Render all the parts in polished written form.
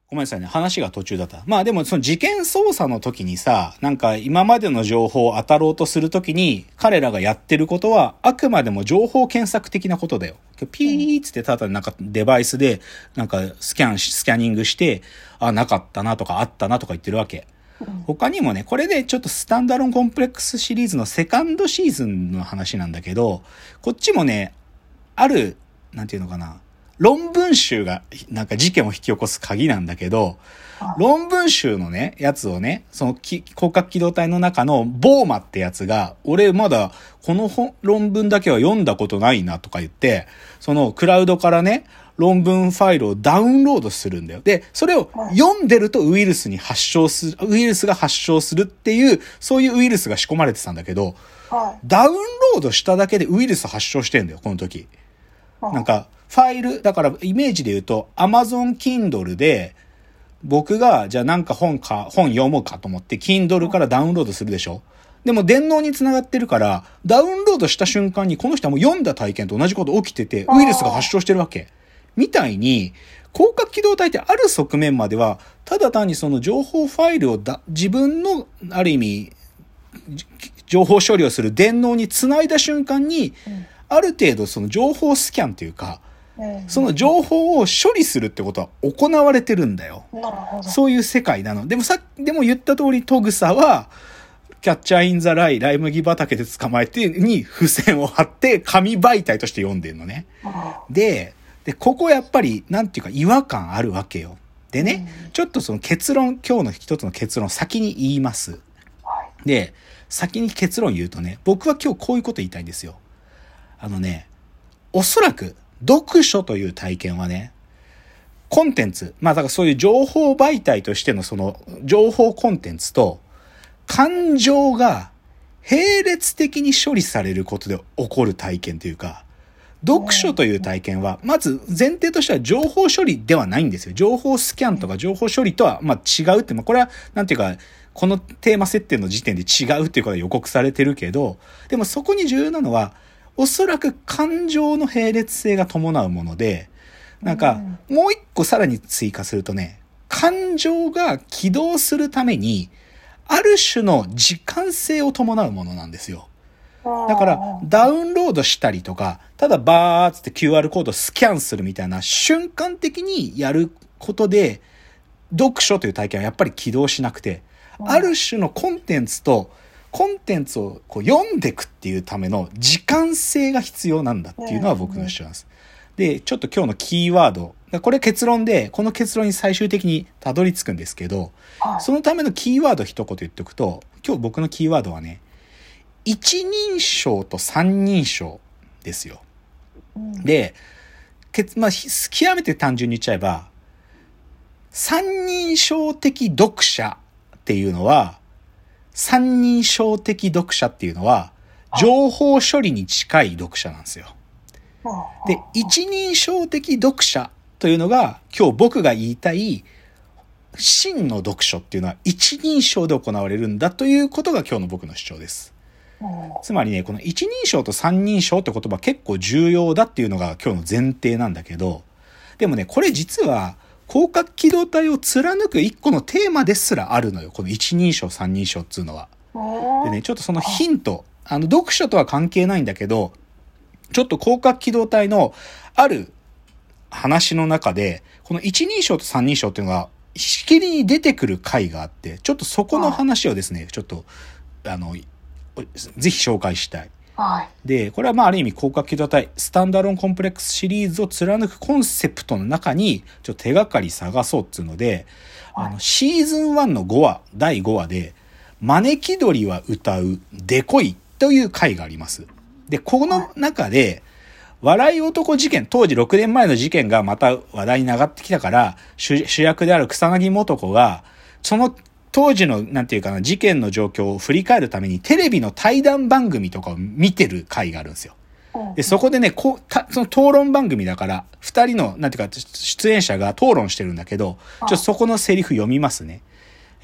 ごめんなさいね。話が途中だった。まあでもその事件捜査の時にさ、なんか今までの情報を当たろうとする時に彼らがやってることはあくまでも情報検索的なことだよ。ピーッつってただなんかデバイスでなんかスキャニングして、あ、なかったなとかあったなとか言ってるわけ。他にもね、これでちょっとスタンダロンコンプレックスシリーズのセカンドシーズンの話なんだけど、こっちもね、ある、なんていうのかな、論文集がなんか事件を引き起こす鍵なんだけど、論文集のね、やつをね、その広角機動隊の中のボーマってやつが、俺まだこの論文だけは読んだことないなとか言って、そのクラウドからね、論文ファイルをダウンロードするんだよ。で、それを読んでるとウイルスが発症するっていう、そういうウイルスが仕込まれてたんだけど、ダウンロードしただけでウイルス発症してんだよ、この時。なんか、ファイル、だからイメージで言うと、Amazon Kindle で、僕が、じゃあなんか本読もうかと思って、Kindle からダウンロードするでしょ。でも電脳に繋がってるから、ダウンロードした瞬間にこの人はもう読んだ体験と同じこと起きてて、ウイルスが発症してるわけ。みたいに、広角機動隊ってある側面までは、ただ単にその情報ファイルを自分の、ある意味、情報処理をする電脳に繋いだ瞬間に、ある程度その情報スキャンというか、その情報を処理するってことは行われてるんだよ。そういう世界なの。でも言った通りトグサは、キャッチャーインザライ麦畑で捕まえてに付箋を貼って紙媒体として読んでるのね。で、ここやっぱり、なんていうか違和感あるわけよ。でね、ちょっとその今日の一つの結論を先に言います。で、先に結論言うとね、僕は今日こういうこと言いたいんですよ。おそらく、読書という体験はね、コンテンツ、まあだからそういう情報媒体としてのその情報コンテンツと、感情が並列的に処理されることで起こる体験というか、読書という体験は、まず前提としては情報処理ではないんですよ。情報スキャンとか情報処理とは、まあ違うって、まあこれは、なんていうか、このテーマ設定の時点で違うっていうことが予告されてるけど、でもそこに重要なのは、おそらく感情の並列性が伴うもので、なんか、もう一個さらに追加するとね、感情が起動するために、ある種の時間性を伴うものなんですよ。だから、ダウンロードしたりとか、ただバーッつって QR コードをスキャンするみたいな瞬間的にやることで、読書という体験はやっぱり起動しなくて、ある種のコンテンツをこう読んでいくっていうための時間性が必要なんだっていうのは僕の主張なんです。で、ちょっと今日のキーワード、これ結論で、この結論に最終的にたどり着くんですけど、そのためのキーワード一言言っておくと、今日僕のキーワードはね、一人称と三人称ですよ。で、まあ、極めて単純に言っちゃえば、三人称的読者っていうのは、三人称的読者っていうのは、情報処理に近い読者なんですよ。で、一人称的読者というのが、今日僕が言いたい、真の読書っていうのは一人称で行われるんだということが今日の僕の主張です。つまりね、この一人称と三人称って言葉結構重要だっていうのが今日の前提なんだけど、でもね、これ実は、広角機動隊を貫く一個のテーマですらあるのよ。この一人称三人称っていうのは。でね、ちょっとそのヒント、読書とは関係ないんだけど、ちょっと広角機動隊のある話の中で、この一人称と三人称っていうのが、しきりに出てくる回があって、ちょっとそこの話をですね、ちょっと、ぜひ紹介したい。で、これはまあある意味広角機動隊スタンダロンコンプレックスシリーズを貫くコンセプトの中にちょっと手がかり探そうっていうので、シーズン1の5話、第5話で招き鳥は歌うデコイという回があります。で、この中で笑い男事件、当時6年前の事件がまた話題に上がってきたから、主役である草薙素子がその当時の、なんていうかな、事件の状況を振り返るためにテレビの対談番組とかを見てる回があるんですよ。で、そこでね、その討論番組だから、二人の、なんていうか、出演者が討論してるんだけど、ちょっとそこのセリフ読みますね。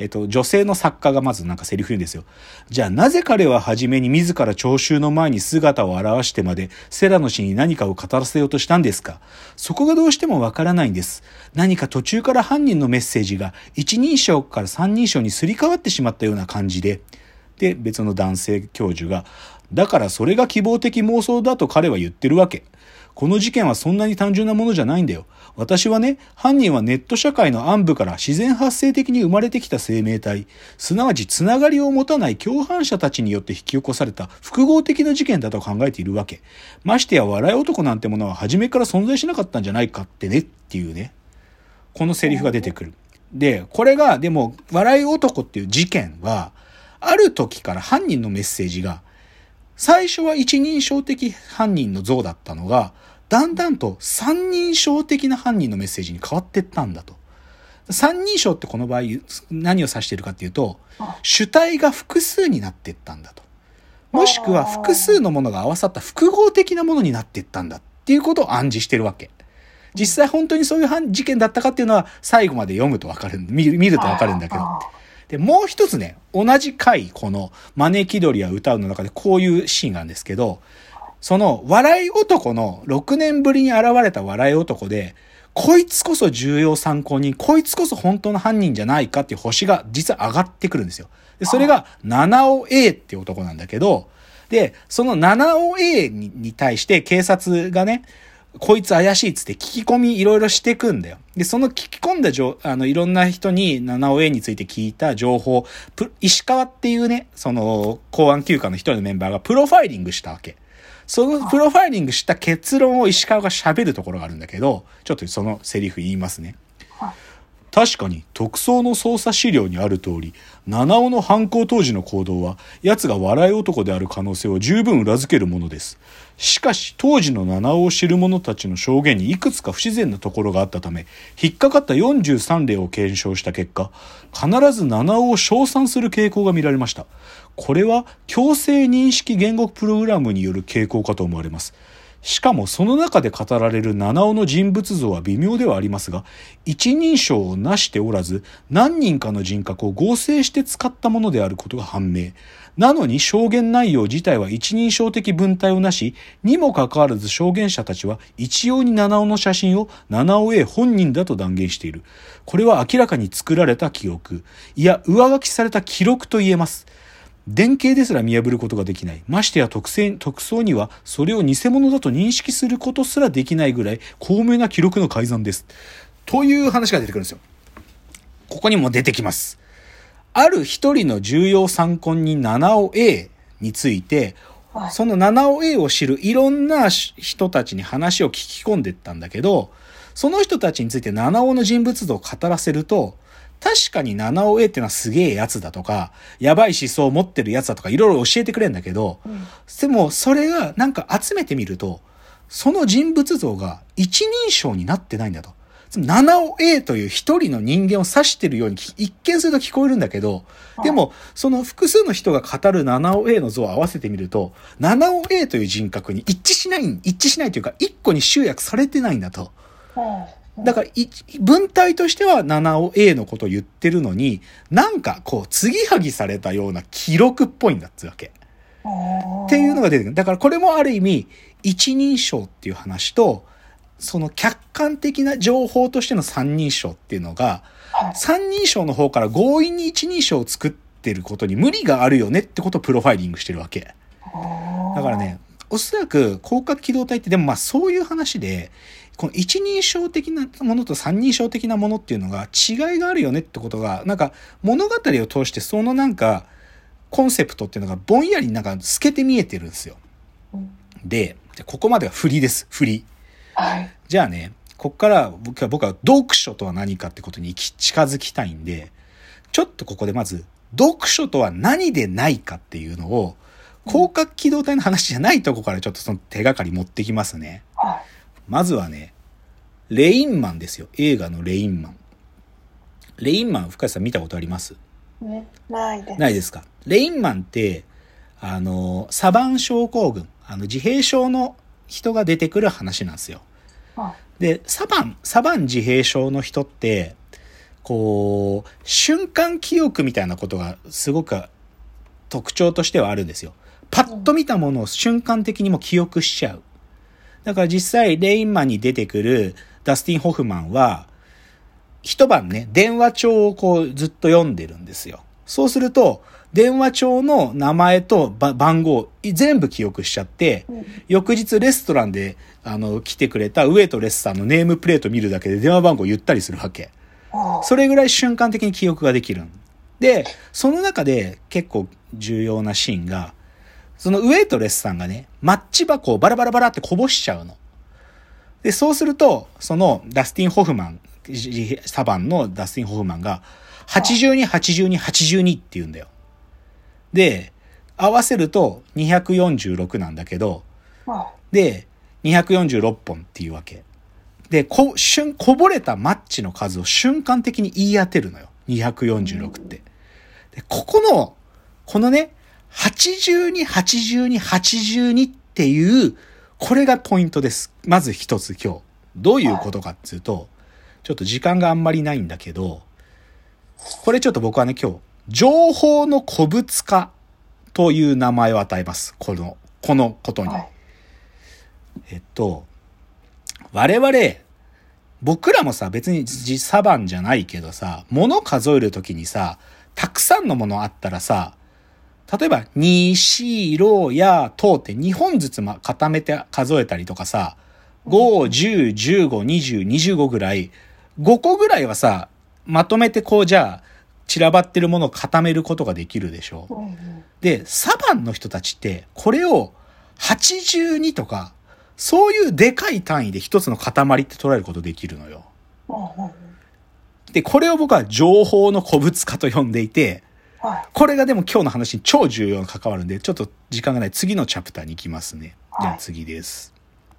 女性の作家がまずなんかセリフ言うんですよ。じゃあなぜ彼は初めに自ら聴衆の前に姿を現してまでセラの死に何かを語らせようとしたんですか？そこがどうしてもわからないんです。何か途中から犯人のメッセージが一人称から三人称にすり替わってしまったような感じで、で、別の男性教授が、だからそれが希望的妄想だと彼は言ってるわけ。この事件はそんなに単純なものじゃないんだよ。私はね、犯人はネット社会の暗部から自然発生的に生まれてきた生命体、すなわちつながりを持たない共犯者たちによって引き起こされた複合的な事件だと考えているわけ。ましてや笑い男なんてものは初めから存在しなかったんじゃないかってねっていうね、このセリフが出てくる。で、これがでも笑い男っていう事件は、ある時から犯人のメッセージが、最初は一人称的犯人の像だったのが、だんだんと三人称的な犯人のメッセージに変わっていったんだと。三人称ってこの場合何を指しているかっていうと、主体が複数になっていったんだと。もしくは複数のものが合わさった複合的なものになっていったんだっていうことを暗示してるわけ。実際本当にそういう事件だったかっていうのは最後まで読むとわかる、見るとわかるんだけど。で、もう一つね、同じ回、この招き鳥は歌うの中でこういうシーンがあるんですけど、その笑い男の6年ぶりに現れた笑い男で、こいつこそ重要参考人、こいつこそ本当の犯人じゃないかっていう星が実は上がってくるんですよ。で、それが七尾 A っていう男なんだけど、で、その七尾 A に対して警察がね、こいつ怪しいっつって聞き込みいろいろしてくんだよ。で、その聞き込んだいろんな人に七尾 A について聞いた情報、石川っていうね、その公安休暇の一人のメンバーがプロファイリングしたわけ。そのプロファイリングした結論を石川が喋るところがあるんだけど、ちょっとそのセリフ言いますね。確かに特捜の捜査資料にある通り、七尾の犯行当時の行動は、奴が笑い男である可能性を十分裏付けるものです。しかし、当時の七尾を知る者たちの証言にいくつか不自然なところがあったため、引っかかった43例を検証した結果、必ず七尾を称賛する傾向が見られました。これは、強制認識言語プログラムによる傾向かと思われます。しかもその中で語られる七尾の人物像は微妙ではありますが、一人称をなしておらず、何人かの人格を合成して使ったものであることが判明。なのに証言内容自体は一人称的文体をなし、にもかかわらず証言者たちは一様に七尾の写真を七尾 A 本人だと断言している。これは明らかに作られた記憶、いや上書きされた記録と言えます。電形ですら見破ることができない。ましてや特捜にはそれを偽物だと認識することすらできないぐらい巧妙な記録の改ざんです。という話が出てくるんですよ。ここにも出てきます。ある一人の重要参考人七尾 A について、その七尾 A を知るいろんな人たちに話を聞き込んでいったんだけど、その人たちについて七尾の人物像を語らせると、確かに七尾 A っていうのはすげえやつだとか、やばい思想を持ってるやつだとかいろいろ教えてくれるんだけど、でもそれがなんか集めてみると、その人物像が一人称になってないんだと。七尾 A という一人の人間を指してるように一見すると聞こえるんだけど、でもその複数の人が語る七尾 A の像を合わせてみると、七尾 A という人格に一致しないというか一個に集約されてないんだと。だから文体としては七尾 A のことを言ってるのに、なんかこう継ぎはぎされたような記録っぽいんだっつうわけ。っていうのが出てくる。だからこれもある意味一人称っていう話と、その客観的な情報としての三人称っていうのが、三人称の方から強引に一人称を作ってることに無理があるよねってことをプロファイリングしてるわけ。だからね、おそらく広角機動隊ってでもまあそういう話で、この一人称的なものと三人称的なものっていうのが違いがあるよねってことが、なんか物語を通してそのなんかコンセプトっていうのがぼんやりなんか透けて見えてるんですよ。で、ここまでは振りです。振り。じゃあね、こっから僕は読書とは何かってことに近づきたいんで、ちょっとここでまず読書とは何でないかっていうのを広角機動隊の話じゃないとこからちょっとその手がかり持ってきますね。まずはね、レインマンですよ。映画のレインマン。レインマン、深谷さん見たことあります？ ないです。 ないですか。レインマンって、サバン症候群、自閉症の人が出てくる話なんですよ。で、サバン自閉症の人って、 こう、瞬間記憶みたいなことがすごく特徴としてはあるんですよ。パッと見たものを瞬間的にも記憶しちゃう。だから実際、レインマンに出てくるダスティン・ホフマンは、一晩ね、電話帳をこうずっと読んでるんですよ。そうすると、電話帳の名前と番号全部記憶しちゃって、翌日レストランで来てくれたウェイトレスさんのネームプレート見るだけで電話番号言ったりするわけ。それぐらい瞬間的に記憶ができる。で、その中で結構重要なシーンが、そのウェイトレスさんがね、マッチ箱をバラバラバラってこぼしちゃうの。で、そうすると、そのダスティン・ホフマン、サバンのダスティン・ホフマンが、82、82、82って言うんだよ。で、合わせると246なんだけど、で、246本っていうわけ。で、こぼれたマッチの数を瞬間的に言い当てるのよ。246って。で、このね、82、82、82っていう、これがポイントです。まず一つ今日。どういうことかっていうと、ちょっと時間があんまりないんだけど、これちょっと僕はね、今日、情報の古物化という名前を与えます。このことに。我々、僕らもさ、別にサバンじゃないけどさ、物数えるときにさ、たくさんのものあったらさ、例えば、に、し、ろ、や、とって2本ずつ固めて数えたりとかさ、5、10、15、20、25ぐらい、5個ぐらいはさ、まとめてこうじゃあ、散らばってるものを固めることができるでしょ。で、サバンの人たちって、これを82とか、そういうでかい単位で一つの塊って捉えることできるのよ。で、これを僕は情報の古物化と呼んでいて、これがでも今日の話に超重要に関わるんで、ちょっと時間がない次のチャプターに行きますね。じゃあ次です。